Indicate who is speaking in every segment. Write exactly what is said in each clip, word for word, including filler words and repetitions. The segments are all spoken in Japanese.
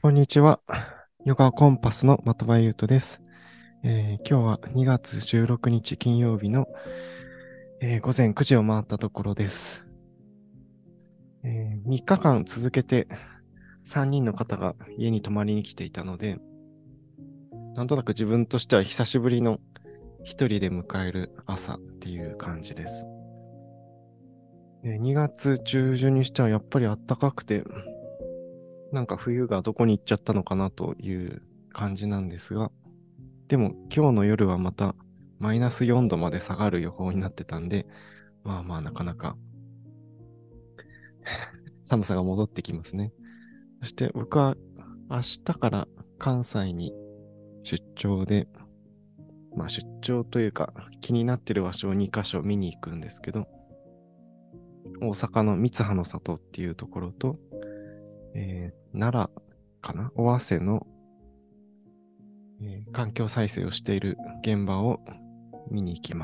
Speaker 1: こんにちは。ヨガコンパスの的場優斗です、えー今日はにがつじゅうろくにち金曜日の、えー午前くじを回ったところです、えーみっかかん続けてさんにんの方が家に泊まりに来ていたので、なんとなく自分としては久しぶりの一人で迎える朝っていう感じです。でにがつ中旬にしてはやっぱり暖かくて、なんか冬がどこに行っちゃったのかなという感じなんですが、でも今日の夜はまたマイナスよんどまで下がる予報になってたんで、まあまあなかなか寒さが戻ってきますね。そして僕は明日から関西に出張で、まあ出張というか気になってる場所をにかしょ見に行くんですけど、大阪の三葉の里っていうところと、えー奈良かな尾鷲の、えー環境再生をしている現場を見に行きます。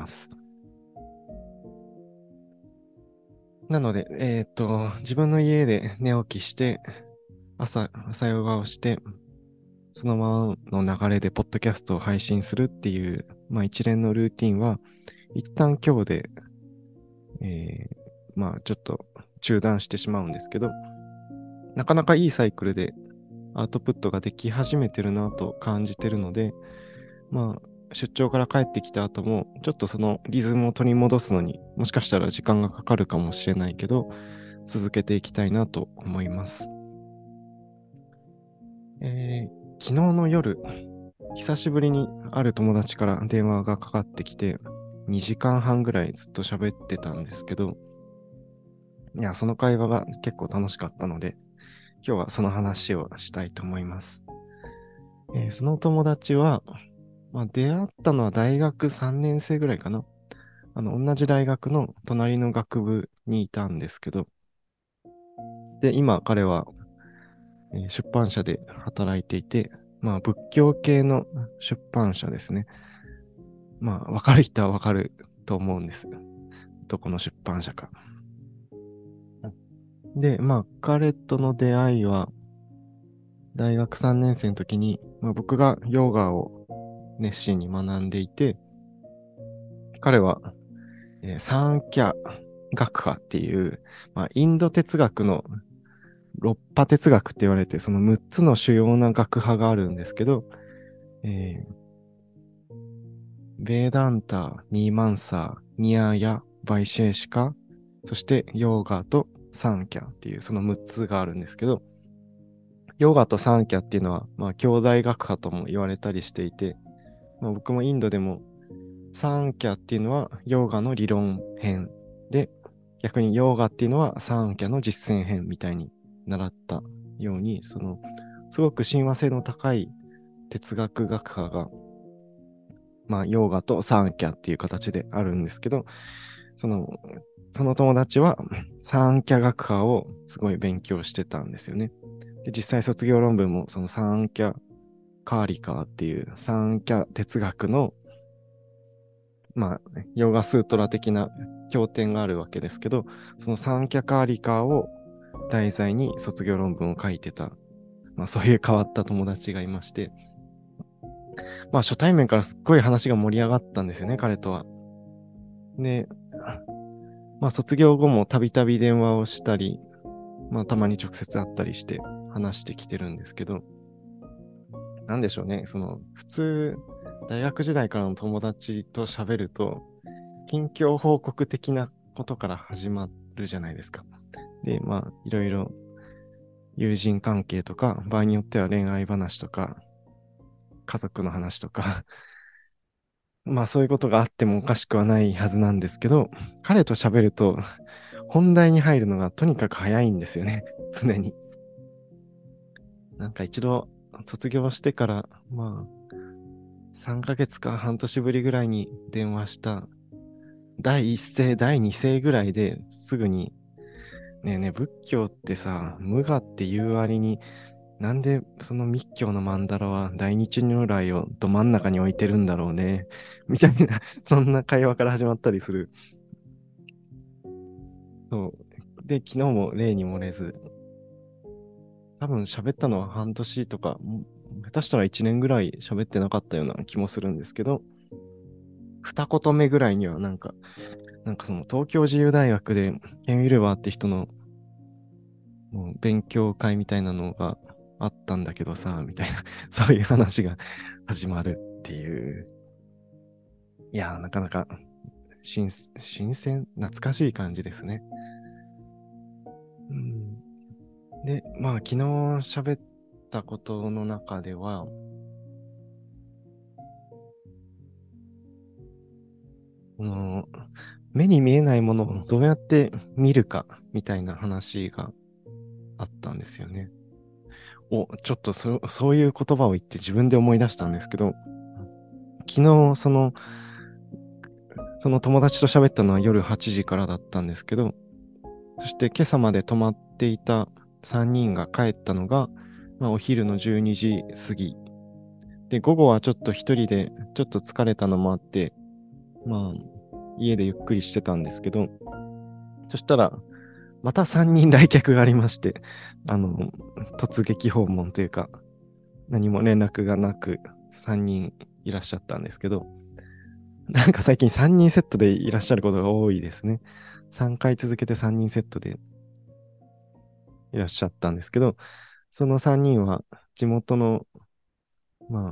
Speaker 1: なので、えっと、自分の家で寝起きして、朝、朝ヨガをして、そのままの流れでポッドキャストを配信するっていう、まあ一連のルーティンは、一旦今日で、えーまあちょっと中断してしまうんですけど、なかなかいいサイクルでアウトプットができ始めてるなと感じてるので、まあ出張から帰ってきた後も、ちょっとそのリズムを取り戻すのにもしかしたら時間がかかるかもしれないけど、続けていきたいなと思います。えー昨日の夜、久しぶりにある友達から電話がかかってきて、にじかんはんぐらいずっと喋ってたんですけど、いや、その会話が結構楽しかったので、今日はその話をしたいと思います。えーその友達は、まあ、出会ったのは大学さんねん生ぐらいかな。あの、同じ大学の隣の学部にいたんですけど、で、今彼は、えー出版社で働いていて、まあ、仏教系の出版社ですね。まあ、わかる人はわかると思うんです。どこの出版社か。で、まあ、彼との出会いは、大学さんねん生の時に、まあ、僕がヨガを熱心に学んでいて、彼は、えーサンキャ学派っていう、まあ、インド哲学の六派哲学って言われて、そのむっつの主要な学派があるんですけど、えーベーダンタ、ニーマンサー、ニアーヤ、バイシェーシカ、そしてヨーガとサンキャっていうそのむっつがあるんですけど、ヨガとサンキャっていうのは、まあ、兄弟学派とも言われたりしていて、まあ、僕もインドでもサンキャっていうのはヨガの理論編で、逆にヨガっていうのはサンキャの実践編みたいに習ったように、その、すごく親和性の高い哲学学派が、まあ、ヨガとサンキャっていう形であるんですけど、その、その友達はサンキャ学派をすごい勉強してたんですよね。で、実際卒業論文もそのサンキャカーリカーっていうサンキャ哲学の、まあ、ヨガスートラ的な経典があるわけですけど、そのサンキャカーリカーを題材に卒業論文を書いてた、まあそういう変わった友達がいまして、まあ初対面からすっごい話が盛り上がったんですよね、彼とは。で、まあ卒業後もたびたび電話をしたり、まあたまに直接会ったりして話してきてるんですけど、なんでしょうね、その普通、大学時代からの友達と喋ると、近況報告的なことから始まるじゃないですか。で、まあいろいろ友人関係とか、場合によっては恋愛話とか、家族の話とか、まあそういうことがあってもおかしくはないはずなんですけど、彼と喋ると本題に入るのがとにかく早いんですよね。常に。なんか一度卒業してから、まあさんかげつか半年ぶりぐらいに電話した第一声、第二声ぐらいですぐに、ねえねえ、仏教ってさ、無我っていう割になんでその密教の曼荼羅は大日如来をど真ん中に置いてるんだろうね。みたいな、そんな会話から始まったりする。そう。で、昨日も例に漏れず、 多分喋ったのは半年とか、下手したらいちねんぐらい喋ってなかったような気もするんですけど、二言目ぐらいにはなんか、なんかその東京自由大学でケン・ウィルバーって人のもう勉強会みたいなのがあったんだけどさ、みたいな、そういう話が始まるっていう。いやー、なかなか新、新鮮、懐かしい感じですね。うん、で、まあ昨日喋ったことの中では、この目に見えないものをどうやって見るかみたいな話があったんですよね。お、ちょっとそ、そういう言葉を言って自分で思い出したんですけど、昨日その、その友達と喋ったのは夜はちじからだったんですけど、そして今朝まで泊まっていたさんにんが帰ったのが、まあ、お昼のじゅうにじ過ぎ。で、午後はちょっと一人でちょっと疲れたのもあって、まあ、家でゆっくりしてたんですけど、そしたら、またさんにん来客がありまして、あの、突撃訪問というか、何も連絡がなくさんにんいらっしゃったんですけど、なんか最近さんにんセットでいらっしゃることが多いですね。さんかい続けてさんにんセットでいらっしゃったんですけど、そのさんにんは地元の、まあ、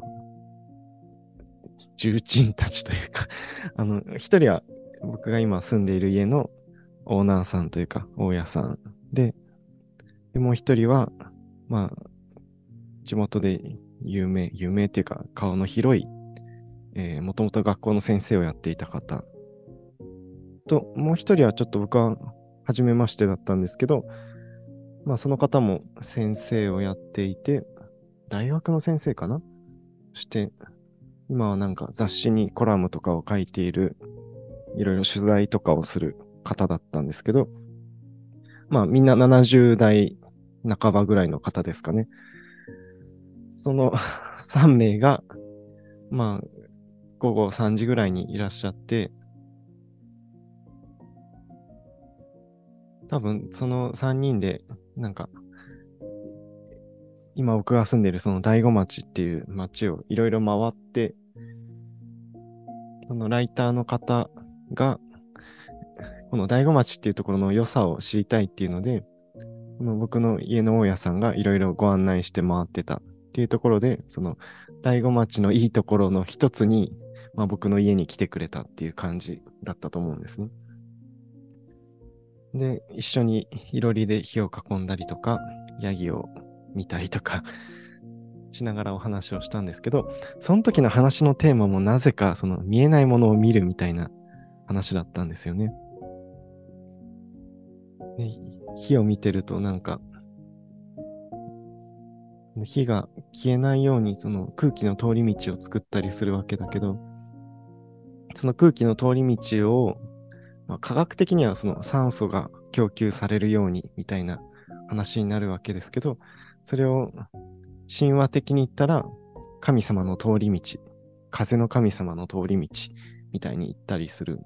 Speaker 1: 重鎮たちというかあの、一人は僕が今住んでいる家のオーナーさんというか、大家さんで、でもう一人は、まあ、地元で有名、有名っていうか、顔の広い、えー、もともと学校の先生をやっていた方と、もう一人はちょっと僕は初めましてだったんですけど、まあその方も先生をやっていて、大学の先生かなして、今はなんか雑誌にコラムとかを書いている、いろいろ取材とかをする方だったんですけど、まあみんなななじゅう代半ばぐらいの方ですかね。そのさん名が、まあ午後さんじぐらいにいらっしゃって、多分そのさんにんで、なんか、今僕が住んでいるその大子町っていう町をいろいろ回って、そのライターの方が、この大子町っていうところの良さを知りたいっていうので、この僕の家の大家さんがいろいろご案内して回ってたっていうところで、その大子町のいいところの一つに、まあ、僕の家に来てくれたっていう感じだったと思うんですね。で、一緒にいろりで火を囲んだりとか、ヤギを見たりとかしながらお話をしたんですけど、その時の話のテーマもなぜかその見えないものを見るみたいな話だったんですよね。で、火を見てるとなんか、火が消えないようにその空気の通り道を作ったりするわけだけど、その空気の通り道を、まあ、科学的にはその酸素が供給されるようにみたいな話になるわけですけど、それを神話的に言ったら神様の通り道、風の神様の通り道みたいに言ったりする。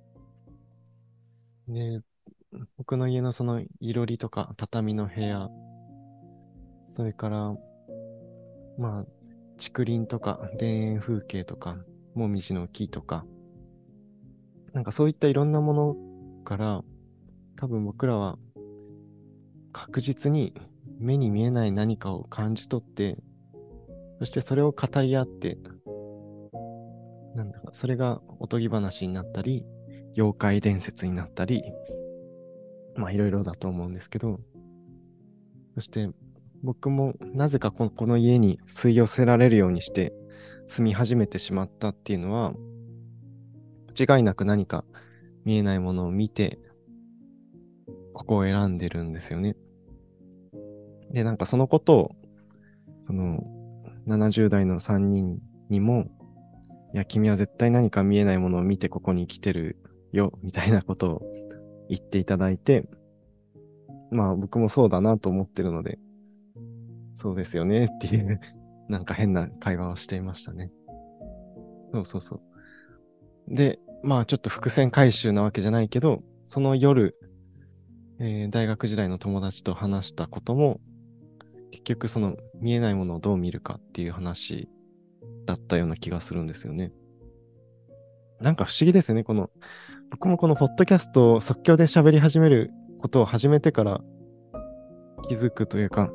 Speaker 1: で、僕の家のそのいろりとか畳の部屋、それからまあ竹林とか田園風景とか、もみじの木とか、なんかそういったいろんなものから、多分僕らは確実に目に見えない何かを感じ取って、そしてそれを語り合って、なんだか、それがおとぎ話になったり、妖怪伝説になったり、まあいろいろだと思うんですけど、そして僕もなぜかこのこの家に吸い寄せられるようにして住み始めてしまったっていうのは、間違いなく何か見えないものを見て、ここを選んでるんですよね。で、なんかそのことを、そのななじゅう代のさんにんにも、いや、君は絶対何か見えないものを見てここに来てるよ、みたいなことを言っていただいて、まあ僕もそうだなと思ってるので、そうですよねっていうなんか変な会話をしていましたね。そうそうそう。で、まあちょっと伏線回収なわけじゃないけど、その夜、えー大学時代の友達と話したことも、 結局その見えないものをどう見るかっていう話だったような気がするんですよね。なんか不思議ですよね。この、僕もこのポッドキャストを即興で喋り始めることを始めてから気づくというか、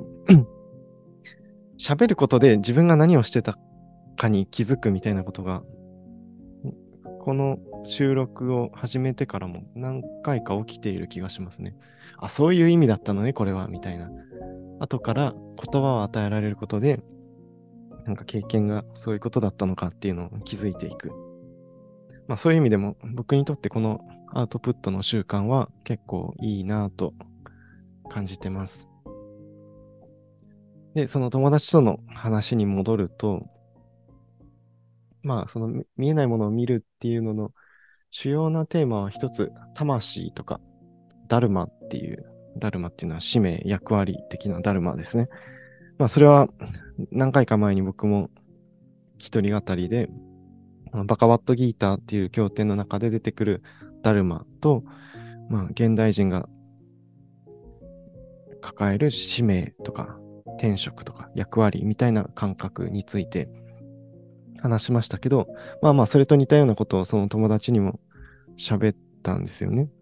Speaker 1: 喋ることで自分が何をしてたかに気づくみたいなことが、この収録を始めてからも何回か起きている気がしますね。あ、そういう意味だったのね、これは、みたいな。後から言葉を与えられることで、なんか経験がそういうことだったのかっていうのを気づいていく。まあそういう意味でも僕にとってこのアウトプットの習慣は結構いいなぁと感じてます。で、その友達との話に戻ると、まあその見えないものを見るっていうのの主要なテーマは一つ、魂とかダルマっていう、ダルマっていうのは使命、役割的なダルマですね。まあそれは何回か前に僕も一人語りで、バカバットギーターっていう経典の中で出てくるダルマと、まあ現代人が抱える使命とか転職とか役割みたいな感覚について話しましたけど、まあまあそれと似たようなことをその友達にも喋ったんですよね。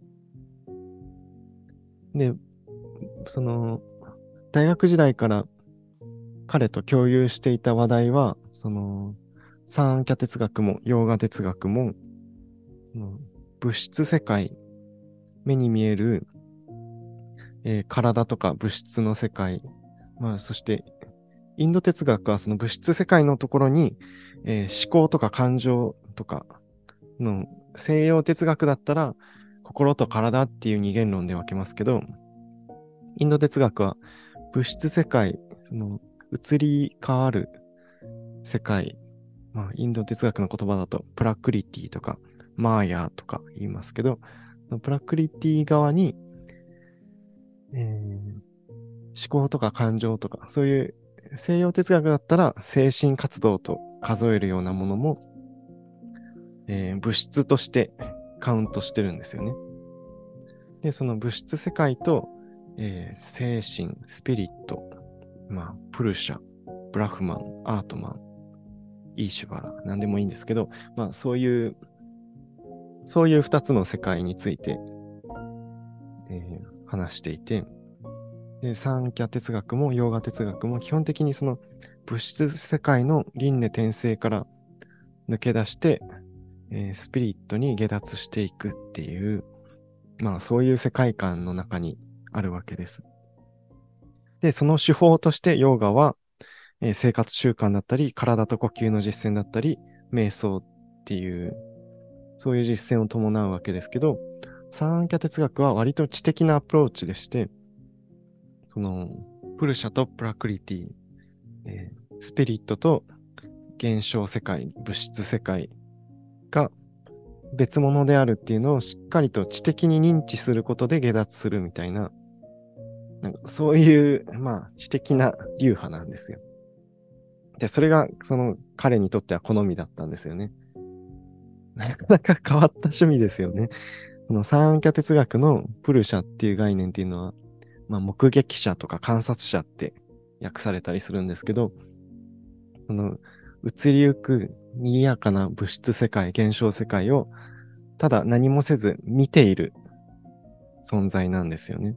Speaker 1: で、その大学時代から彼と共有していた話題は、その三キャ哲学もヨーガ哲学も、物質世界、目に見える、えー体とか物質の世界、まあそしてインド哲学はその物質世界のところに、えー思考とか感情とかの西洋哲学だったら心と体っていう二元論で分けますけど、インド哲学は物質世界、その移り変わる世界、まあ、インド哲学の言葉だとプラクリティとかマーヤとか言いますけど、プラクリティ側に、えー思考とか感情とか、そういう西洋哲学だったら精神活動と数えるようなものも、えー物質としてカウントしてるんですよね。で、その物質世界と、えー精神、スピリット、まあ、プルシャ、ブラフマン、アートマン、イーシュバラ、なんでもいいんですけど、まあそういう、そういう二つの世界について、えー話していて、で、三キャ哲学もヨーガ哲学も基本的にその物質世界の輪廻転生から抜け出して、えースピリットに下脱していくっていう、まあそういう世界観の中にあるわけです。で、その手法としてヨーガは、えー生活習慣だったり、体と呼吸の実践だったり、瞑想っていう、そういう実践を伴うわけですけど、サンキャ哲学は割と知的なアプローチでして、その、プルシャとプラクリティ、えースピリットと現象世界、物質世界が別物であるっていうのをしっかりと知的に認知することで下脱するみたいな、なんかそういう、まあ、知的な流派なんですよ。で、それが、その彼にとっては好みだったんですよね。なかなか変わった趣味ですよね。この三キャ哲学のプルシャっていう概念っていうのは、まあ、目撃者とか観察者って訳されたりするんですけど、その移りゆく賑やかな物質世界、現象世界をただ何もせず見ている存在なんですよね。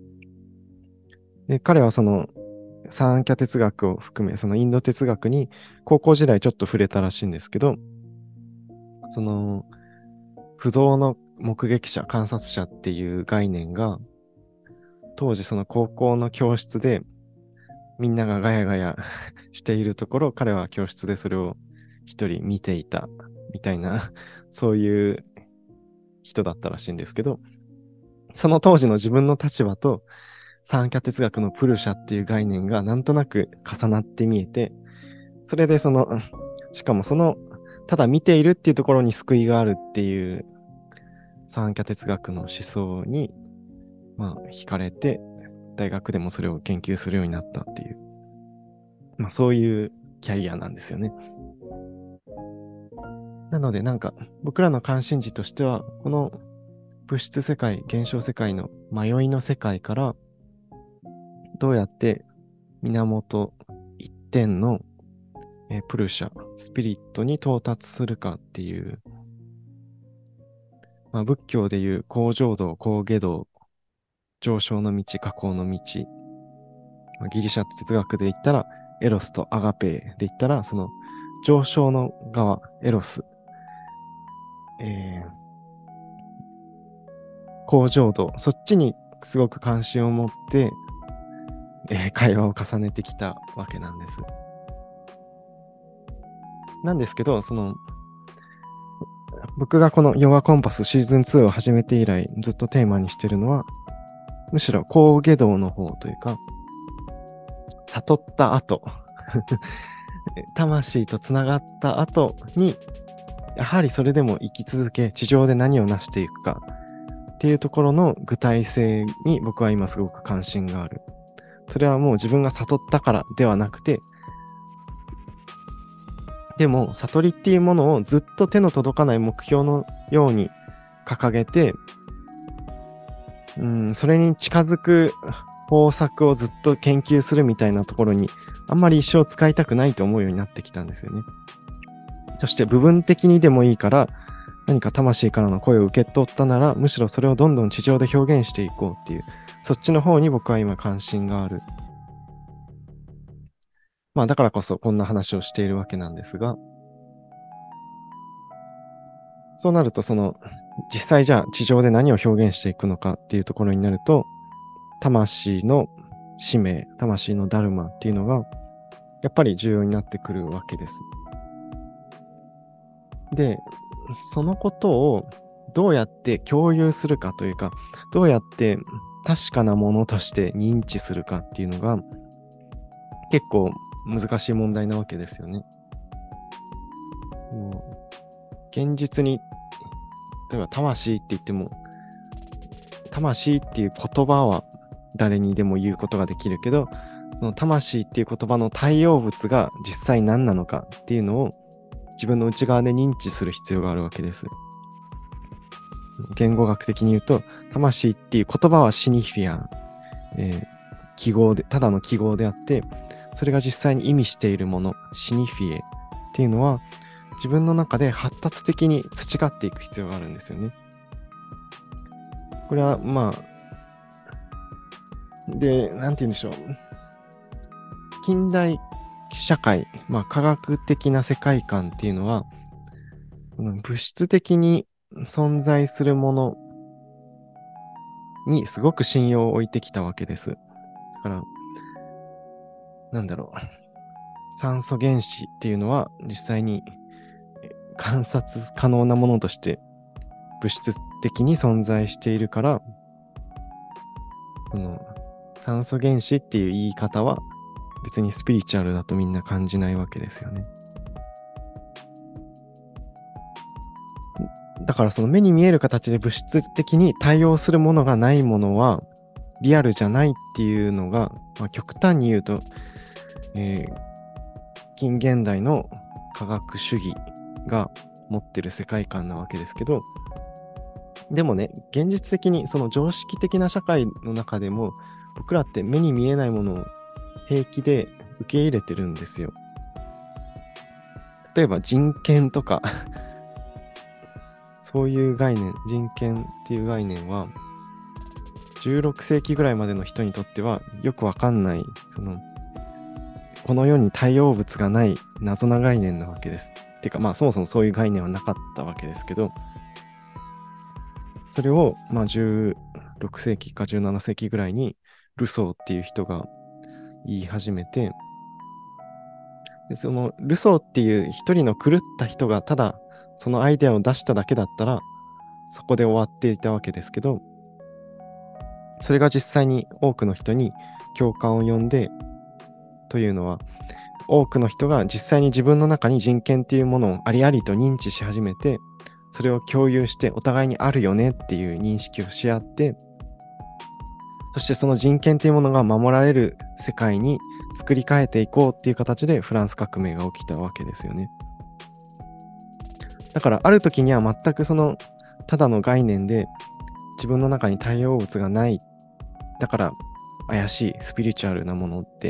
Speaker 1: で、彼はその三キャ哲学を含め、そのインド哲学に高校時代ちょっと触れたらしいんですけど、その不動の目撃者、観察者っていう概念が、当時その高校の教室でみんながガヤガヤしているところ、彼は教室でそれを一人見ていたみたいな、そういう人だったらしいんですけど、その当時の自分の立場と三キャ哲学のプルシャっていう概念がなんとなく重なって見えて、それでその、しかもその、ただ見ているっていうところに救いがあるっていう三キャ哲学の思想に、まあ、惹かれて、大学でもそれを研究するようになったっていう、まあそういうキャリアなんですよね。なのでなんか僕らの関心事としては、この物質世界、現象世界の迷いの世界からどうやって源一点の、えー、プルシャ、スピリットに到達するかっていう、まあ、仏教でいう高浄土、高下道、上昇の道、下降の道、まあ、ギリシャ哲学で言ったらエロスとアガペーで言ったらその上昇の側、エロス、えー、高浄土、そっちにすごく関心を持って、えー、会話を重ねてきたわけなんです。なんですけど、その僕がこのヨガコンパスシーズンツーを始めて以来ずっとテーマにしてるのは、むしろ高下道の方というか、悟った後魂とつながった後にやはりそれでも生き続け、地上で何を成していくかっていうところの具体性に僕は今すごく関心がある。それはもう自分が悟ったからではなくて、でも悟りっていうものをずっと手の届かない目標のように掲げて、うん、それに近づく方策をずっと研究するみたいなところにあんまり一生使いたくないと思うようになってきたんですよね。そして部分的にでもいいから何か魂からの声を受け取ったなら、むしろそれをどんどん地上で表現していこうっていう、そっちの方に僕は今関心がある。まあだからこそこんな話をしているわけなんですが、そうなるとその実際じゃあ地上で何を表現していくのかっていうところになると、魂の使命、魂のダルマっていうのがやっぱり重要になってくるわけです。で、そのことをどうやって共有するかというか、どうやって確かなものとして認知するかっていうのが結構難しい問題なわけですよね。もう現実に、例えば魂って言っても、魂っていう言葉は誰にでも言うことができるけど、その魂っていう言葉の対応物が実際何なのかっていうのを自分の内側で認知する必要があるわけです。言語学的に言うと、魂っていう言葉はシニフィアン、えー、記号で、ただの記号であって、それが実際に意味しているもの、シニフィエっていうのは、自分の中で発達的に培っていく必要があるんですよね。これは、まあ、で、なんて言うんでしょう。近代社会、まあ、科学的な世界観っていうのは、物質的に存在するものにすごく信用を置いてきたわけです。だから、なんだろう。酸素原子っていうのは実際に観察可能なものとして物質的に存在しているから、この酸素原子っていう言い方は別にスピリチュアルだとみんな感じないわけですよね。だからその目に見える形で物質的に対応するものがないものはリアルじゃないっていうのが、まあ、極端に言うと、えー、近現代の科学主義が持ってる世界観なわけですけど、でもね、現実的にその常識的な社会の中でも僕らって目に見えないものを平気で受け入れてるんですよ。例えば人権とかそういう概念、人権っていう概念はじゅうろくせいきぐらいまでの人にとってはよくわかんない、そのこの世に対応物がない謎な概念なわけです。てかまあそもそもそういう概念はなかったわけですけど、それをまあじゅうろくせいきかじゅうななせいきぐらいにルソーっていう人が言い始めて、でそのルソーっていう一人の狂った人がただそのアイデアを出しただけだったらそこで終わっていたわけですけど、それが実際に多くの人に共感を呼んで、というのは多くの人が実際に自分の中に人権っていうものをありありと認知し始めて、それを共有してお互いにあるよねっていう認識をし合って、そしてその人権っていうものが守られる世界に作り変えていこうっていう形でフランス革命が起きたわけですよね。だからある時には全くそのただの概念で自分の中に対応物がない、だから怪しいスピリチュアルなものって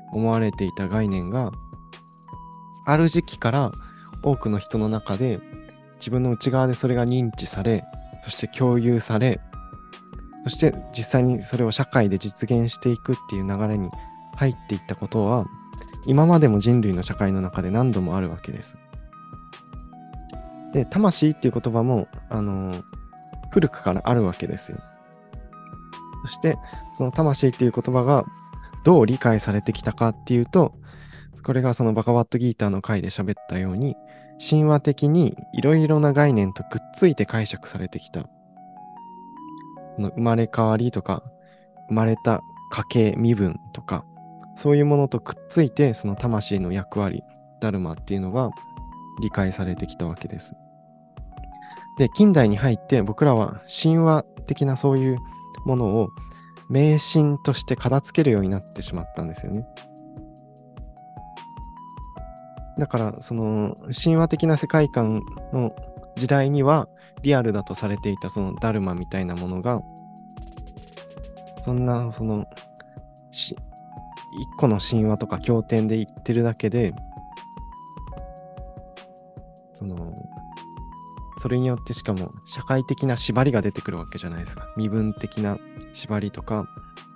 Speaker 1: 思われていた概念が、ある時期から多くの人の中で自分の内側でそれが認知され、そして共有され、そして実際にそれを社会で実現していくっていう流れに入っていったことは、今までも人類の社会の中で何度もあるわけです。で、魂っていう言葉も、あのー、古くからあるわけですよ。そして、その魂っていう言葉がどう理解されてきたかっていうと、これがそのバガバットギーターの回で喋ったように、神話的にいろいろな概念とくっついて解釈されてきた。この生まれ変わりとか、生まれた家系、身分とか、そういうものとくっついて、その魂の役割、ダルマっていうのが理解されてきたわけです。で、近代に入って僕らは神話的なそういうものを迷信として片付けるようになってしまったんですよね。だからその神話的な世界観の時代にはリアルだとされていたそのダルマみたいなものが、そんなその一個の神話とか経典で言ってるだけで、そのそれによってしかも社会的な縛りが出てくるわけじゃないですか。身分的な縛りとか、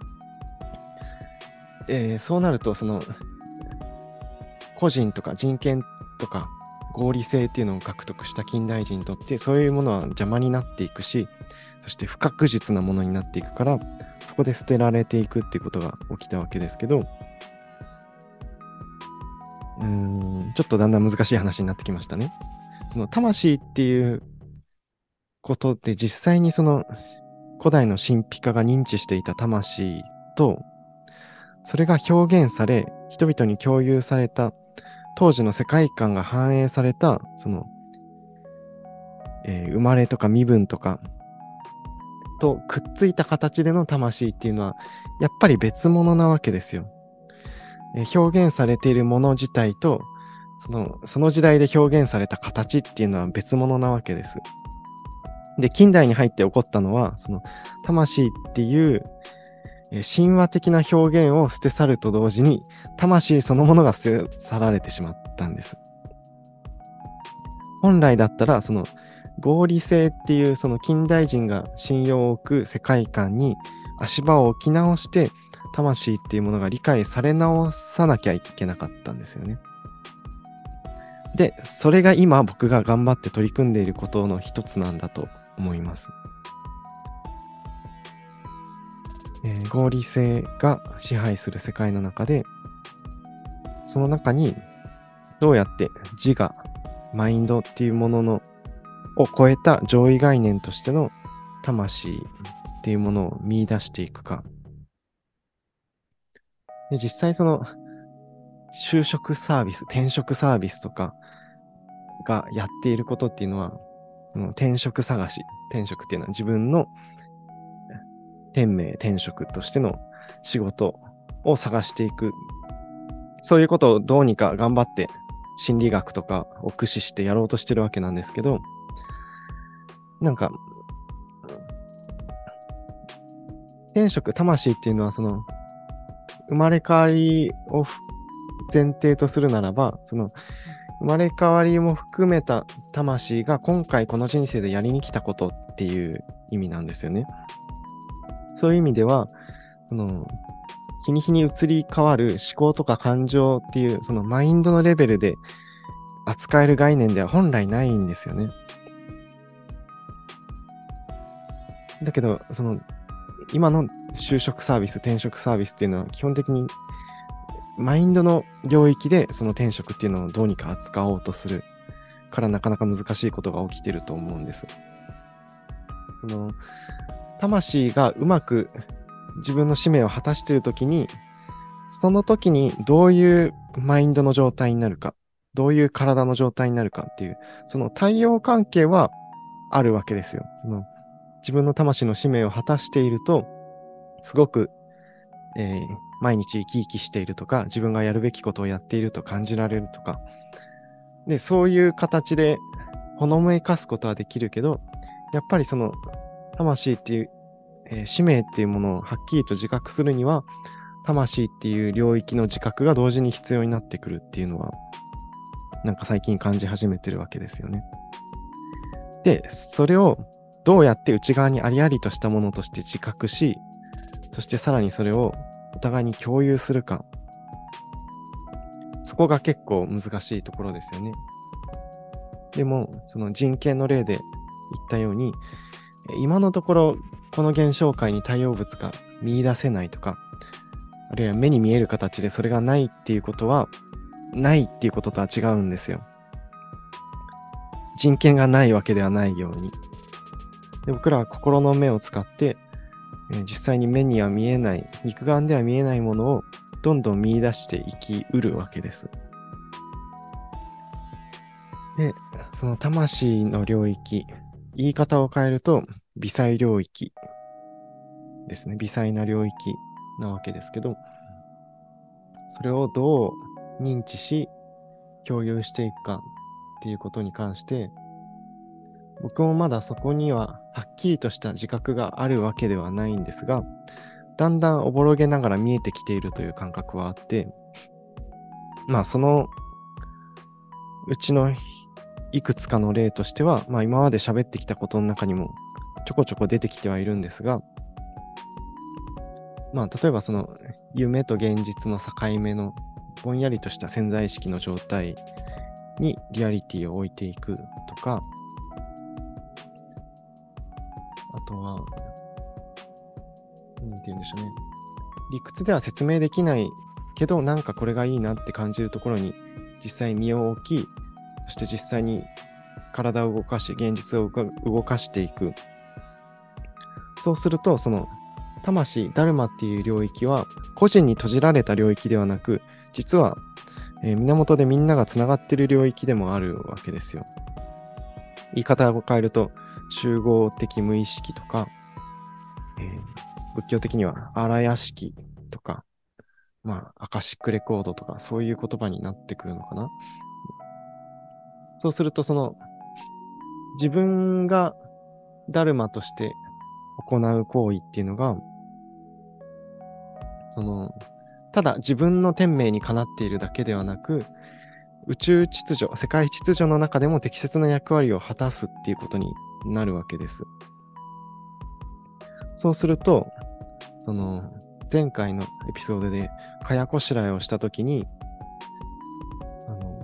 Speaker 1: えー、そうなるとその個人とか人権とか合理性っていうのを獲得した近代人にとってそういうものは邪魔になっていくし、そして不確実なものになっていくから、そこで捨てられていくっていうことが起きたわけですけど、うーんちょっとだんだん難しい話になってきましたね。その魂っていうことで実際にその古代の神秘家が認知していた魂と、それが表現され人々に共有された当時の世界観が反映されたその、えー、生まれとか身分とかとくっついた形での魂っていうのはやっぱり別物なわけですよ。えー、表現されているもの自体とその、その時代で表現された形っていうのは別物なわけです。で、近代に入って起こったのは、その魂っていう、えー、神話的な表現を捨て去ると同時に、魂そのものが捨て去られてしまったんです。本来だったら、その合理性っていうその近代人が信用を置く世界観に足場を置き直して、魂っていうものが理解され直さなきゃいけなかったんですよね。で、それが今僕が頑張って取り組んでいることの一つなんだと思います。えー、合理性が支配する世界の中で、その中にどうやって自我、マインドっていうもののを超えた上位概念としての魂っていうものを見出していくか。で、実際その就職サービス、転職サービスとかがやっていることっていうのは、その転職探し、転職っていうのは自分の天命、転職としての仕事を探していく。そういうことをどうにか頑張って心理学とかを駆使してやろうとしてるわけなんですけど、なんか、転職、魂っていうのはその生まれ変わりを前提とするならば、その生まれ変わりも含めた魂が今回この人生でやりに来たことっていう意味なんですよね。そういう意味では、その日に日に移り変わる思考とか感情っていうそのマインドのレベルで扱える概念では本来ないんですよね。だけど、その今の就職サービス、転職サービスっていうのは基本的にマインドの領域でその転職っていうのをどうにか扱おうとするからなかなか難しいことが起きてると思うんです。その魂がうまく自分の使命を果たしているときに、その時にどういうマインドの状態になるか、どういう体の状態になるかっていう、その対応関係はあるわけですよ。その自分の魂の使命を果たしていると、すごく、えー、毎日生き生きしているとか、自分がやるべきことをやっていると感じられるとか、で、そういう形でほのめかすことはできるけど、やっぱりその魂っていう、えー、使命っていうものをはっきりと自覚するには、 魂っていう領域の自覚が同時に必要になってくるっていうのは、なんか最近感じ始めてるわけですよね。で、それをどうやって内側にありありとしたものとして自覚し、そしてさらにそれをお互いに共有するか。そこが結構難しいところですよね。でも、その人権の例で言ったように、今のところこの現象界に対応物が見出せないとか、あるいは目に見える形でそれがないっていうことは、ないっていうこととは違うんですよ。人権がないわけではないように。で、僕らは心の目を使って、えー実際に目には見えない、肉眼では見えないものをどんどん見出していきうるわけです。で、その魂の領域、言い方を変えると、微細領域ですね。微細な領域なわけですけど、それをどう認知し、共有していくかっていうことに関して、僕もまだそこにははっきりとした自覚があるわけではないんですが、だんだんおぼろげながら見えてきているという感覚はあって、まあそのうちのいくつかの例としては、まあ今まで喋ってきたことの中にもちょこちょこ出てきてはいるんですが、まあ例えばその夢と現実の境目のぼんやりとした潜在意識の状態にリアリティを置いていくとか、あとは、なんて言うんでしょうね。理屈では説明できないけど、なんかこれがいいなって感じるところに実際身を置き、そして実際に体を動かし、現実を動かしていく。そうすると、その魂、ダルマっていう領域は個人に閉じられた領域ではなく、実は、えー源でみんながつながっている領域でもあるわけですよ。言い方を変えると、集合的無意識とか、えー仏教的には荒屋敷とか、まあ、アカシックレコードとか、そういう言葉になってくるのかな。そうすると、その、自分がダルマとして行う行為っていうのが、その、ただ自分の天命にかなっているだけではなく、宇宙秩序、世界秩序の中でも適切な役割を果たすっていうことになるわけです。そうすると、その、前回のエピソードで、かやこしらえをしたときに、あの、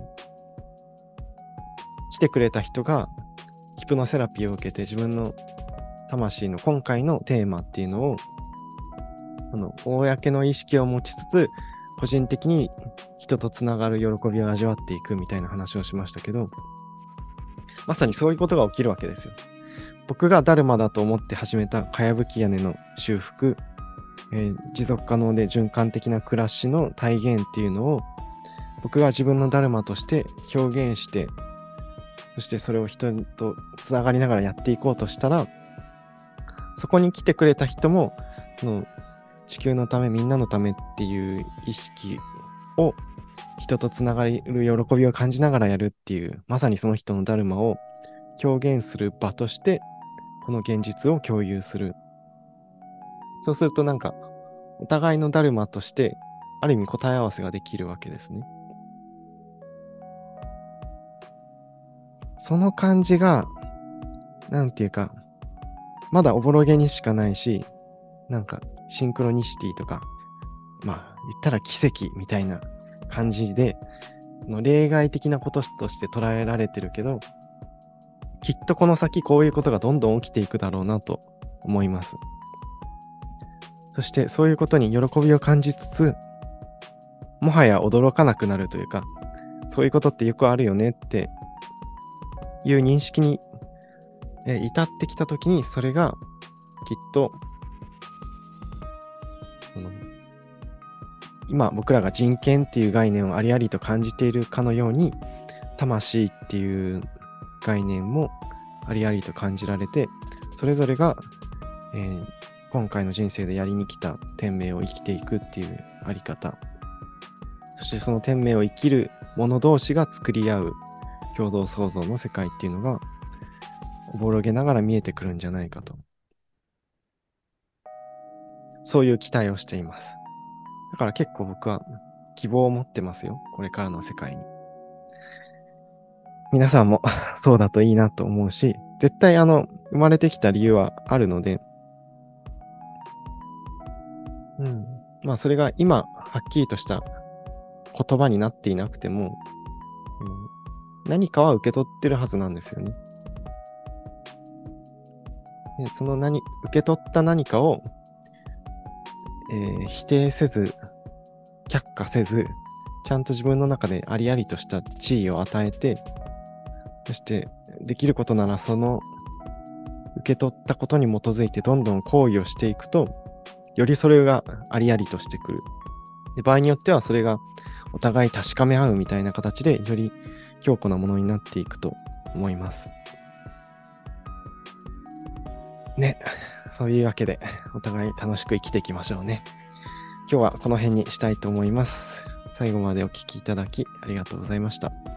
Speaker 1: 来てくれた人が、ヒプノセラピーを受けて自分の魂の今回のテーマっていうのを、あの、公の意識を持ちつつ、個人的に人とつながる喜びを味わっていくみたいな話をしましたけど、まさにそういうことが起きるわけですよ。僕がダルマだと思って始めたかやぶき屋根の修復、えー持続可能で循環的な暮らしの体現っていうのを僕が自分のダルマとして表現して、そしてそれを人とつながりながらやっていこうとしたら、そこに来てくれた人もその地球のためみんなのためっていう意識を人とつながる喜びを感じながらやるっていう、まさにその人のダルマを表現する場としてこの現実を共有する。そうするとなんかお互いのダルマとしてある意味答え合わせができるわけですね。その感じがなんていうかまだおぼろげにしかないし、なんかシンクロニシティとか、まあ言ったら奇跡みたいな感じでの例外的なこととして捉えられてるけど、きっとこの先こういうことがどんどん起きていくだろうなと思います。そしてそういうことに喜びを感じつつ、もはや驚かなくなるというか、そういうことってよくあるよねっていう認識にえ至ってきたときに、それがきっとその今僕らが人権っていう概念をありありと感じているかのように、魂っていう概念もありありと感じられて、それぞれが、えー今回の人生でやりに来た天命を生きていくっていうあり方、そしてその天命を生きる者同士が作り合う共同創造の世界っていうのがおぼろげながら見えてくるんじゃないかと、そういう期待をしています。 だから結構僕は希望を持ってますよ。これからの世界に。皆さんもそうだといいなと思うし、絶対あの、生まれてきた理由はあるので、うん。まあそれが今、はっきりとした言葉になっていなくても、うん、何かは受け取ってるはずなんですよね。でその何、受け取った何かを、えー否定せず、却下せず、ちゃんと自分の中でありありとした地位を与えて、そしてできることならその受け取ったことに基づいてどんどん行為をしていくと、よりそれがありありとしてくる。で場合によってはそれがお互い確かめ合うみたいな形でより強固なものになっていくと思います。ね。そういうわけでお互い楽しく生きていきましょうね。今日はこの辺にしたいと思います。最後までお聞きいただきありがとうございました。